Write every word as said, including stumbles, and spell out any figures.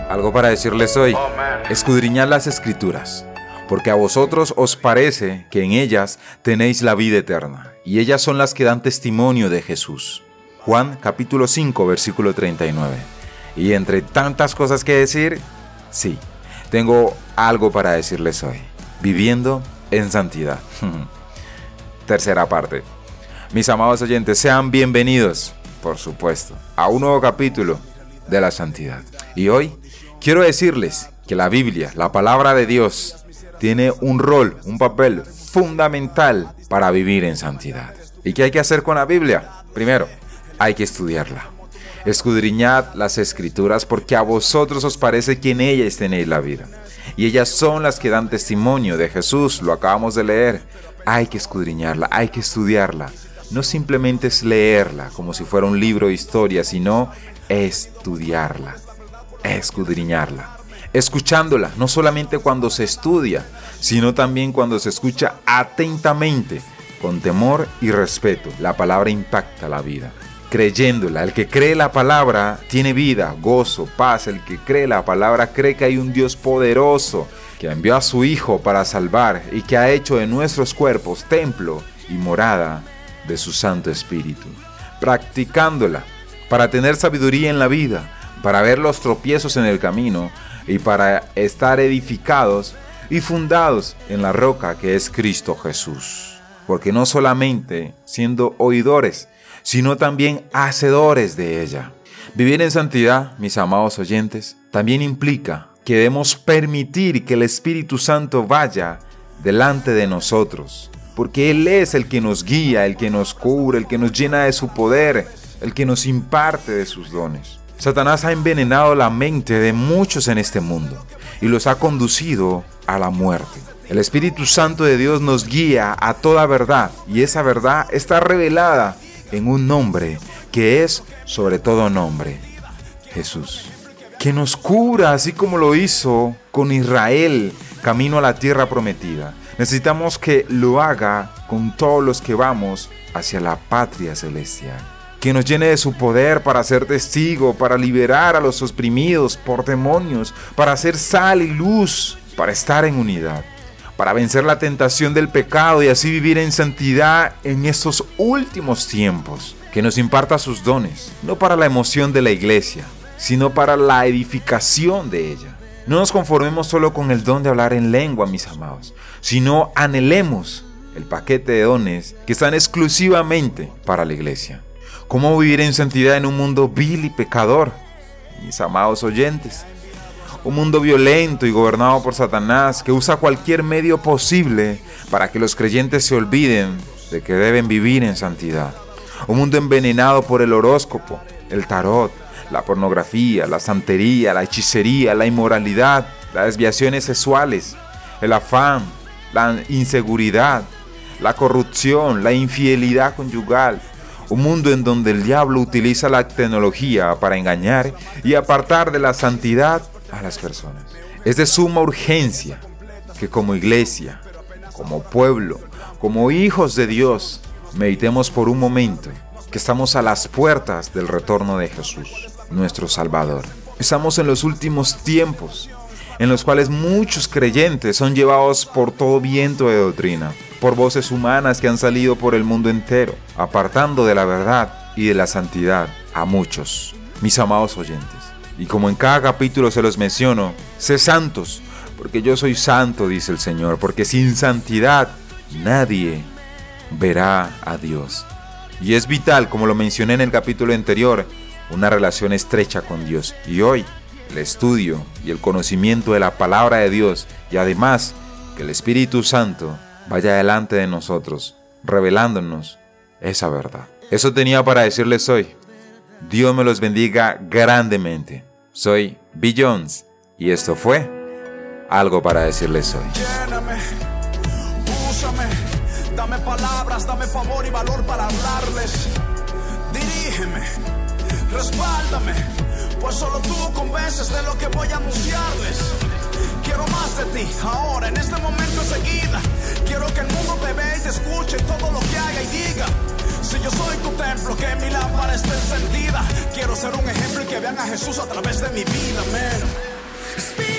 Algo para decirles hoy: escudriñad las Escrituras, porque a vosotros os parece que en ellas tenéis la vida eterna, y ellas son las que dan testimonio de Jesús. Juan capítulo cinco, versículo treinta y nueve. Y entre tantas cosas que decir, sí, tengo algo para decirles hoy: viviendo en santidad. Tercera parte. Mis amados oyentes, sean bienvenidos, por supuesto, a un nuevo capítulo de la santidad. Y hoy quiero decirles que la Biblia, la palabra de Dios, tiene un rol, un papel fundamental para vivir en santidad. ¿Y qué hay que hacer con la Biblia? Primero, hay que estudiarla. Escudriñad las Escrituras, porque a vosotros os parece que en ellas tenéis la vida. Y ellas son las que dan testimonio de Jesús, lo acabamos de leer. Hay que escudriñarla, hay que estudiarla. No simplemente es leerla como si fuera un libro de historia, sino estudiarla, escudriñarla, escuchándola, no solamente cuando se estudia, sino también cuando se escucha atentamente, con temor y respeto. La palabra impacta la vida. Creyéndola, el que cree la palabra tiene vida, gozo, paz. El que cree la palabra cree que hay un Dios poderoso que envió a su Hijo para salvar y que ha hecho de nuestros cuerpos templo y morada de su Santo Espíritu. Practicándola para tener sabiduría en la vida, para ver los tropiezos en el camino y para estar edificados y fundados en la roca que es Cristo Jesús. Porque no solamente siendo oidores, sino también hacedores de ella. Vivir en santidad, mis amados oyentes, también implica que debemos permitir que el Espíritu Santo vaya delante de nosotros, porque Él es el que nos guía, el que nos cubre, el que nos llena de su poder, el que nos imparte de sus dones. Satanás ha envenenado la mente de muchos en este mundo y los ha conducido a la muerte. El Espíritu Santo de Dios nos guía a toda verdad, y esa verdad está revelada en un nombre que es sobre todo nombre: Jesús, que nos cura así como lo hizo con Israel camino a la tierra prometida. Necesitamos que lo haga con todos los que vamos hacia la patria celestial. Que nos llene de su poder para ser testigo, para liberar a los oprimidos por demonios, para hacer sal y luz, para estar en unidad, para vencer la tentación del pecado y así vivir en santidad en estos últimos tiempos. Que nos imparta sus dones, no para la emoción de la iglesia, sino para la edificación de ella. No nos conformemos solo con el don de hablar en lengua, mis amados, sino anhelemos el paquete de dones que están exclusivamente para la iglesia. ¿Cómo vivir en santidad en un mundo vil y pecador? Mis amados oyentes, un mundo violento y gobernado por Satanás, que usa cualquier medio posible para que los creyentes se olviden de que deben vivir en santidad. Un mundo envenenado por el horóscopo, el tarot, la pornografía, la santería, la hechicería, la inmoralidad, las desviaciones sexuales, el afán, la inseguridad, la corrupción, la infidelidad conyugal. Un mundo en donde el diablo utiliza la tecnología para engañar y apartar de la santidad a las personas. Es de suma urgencia que como iglesia, como pueblo, como hijos de Dios, meditemos por un momento que estamos a las puertas del retorno de Jesús, nuestro Salvador. Estamos en los últimos tiempos, en los cuales muchos creyentes son llevados por todo viento de doctrina, por voces humanas que han salido por el mundo entero, apartando de la verdad y de la santidad a muchos. Mis amados oyentes, y como en cada capítulo se los menciono, sé santos, porque yo soy santo, dice el Señor, porque sin santidad nadie verá a Dios. Y es vital, como lo mencioné en el capítulo anterior, una relación estrecha con Dios. Y hoy, el estudio y el conocimiento de la palabra de Dios, y además que el Espíritu Santo vaya delante de nosotros, revelándonos esa verdad. Eso tenía para decirles hoy. Dios me los bendiga grandemente. Soy B. Jones y esto fue Algo para decirles hoy. Lléname, úsame, dame palabras, dame favor y valor para hablarles. Dirígeme, respáldame, pues solo tú convences de lo que voy a anunciarles. Quiero más de ti, ahora, en este momento enseguida. Quiero que el mundo te vea y te escuche todo lo que haga y diga. Si yo soy tu templo, que mi lámpara esté encendida. Quiero ser un ejemplo y que vean a Jesús a través de mi vida, man. Espíritu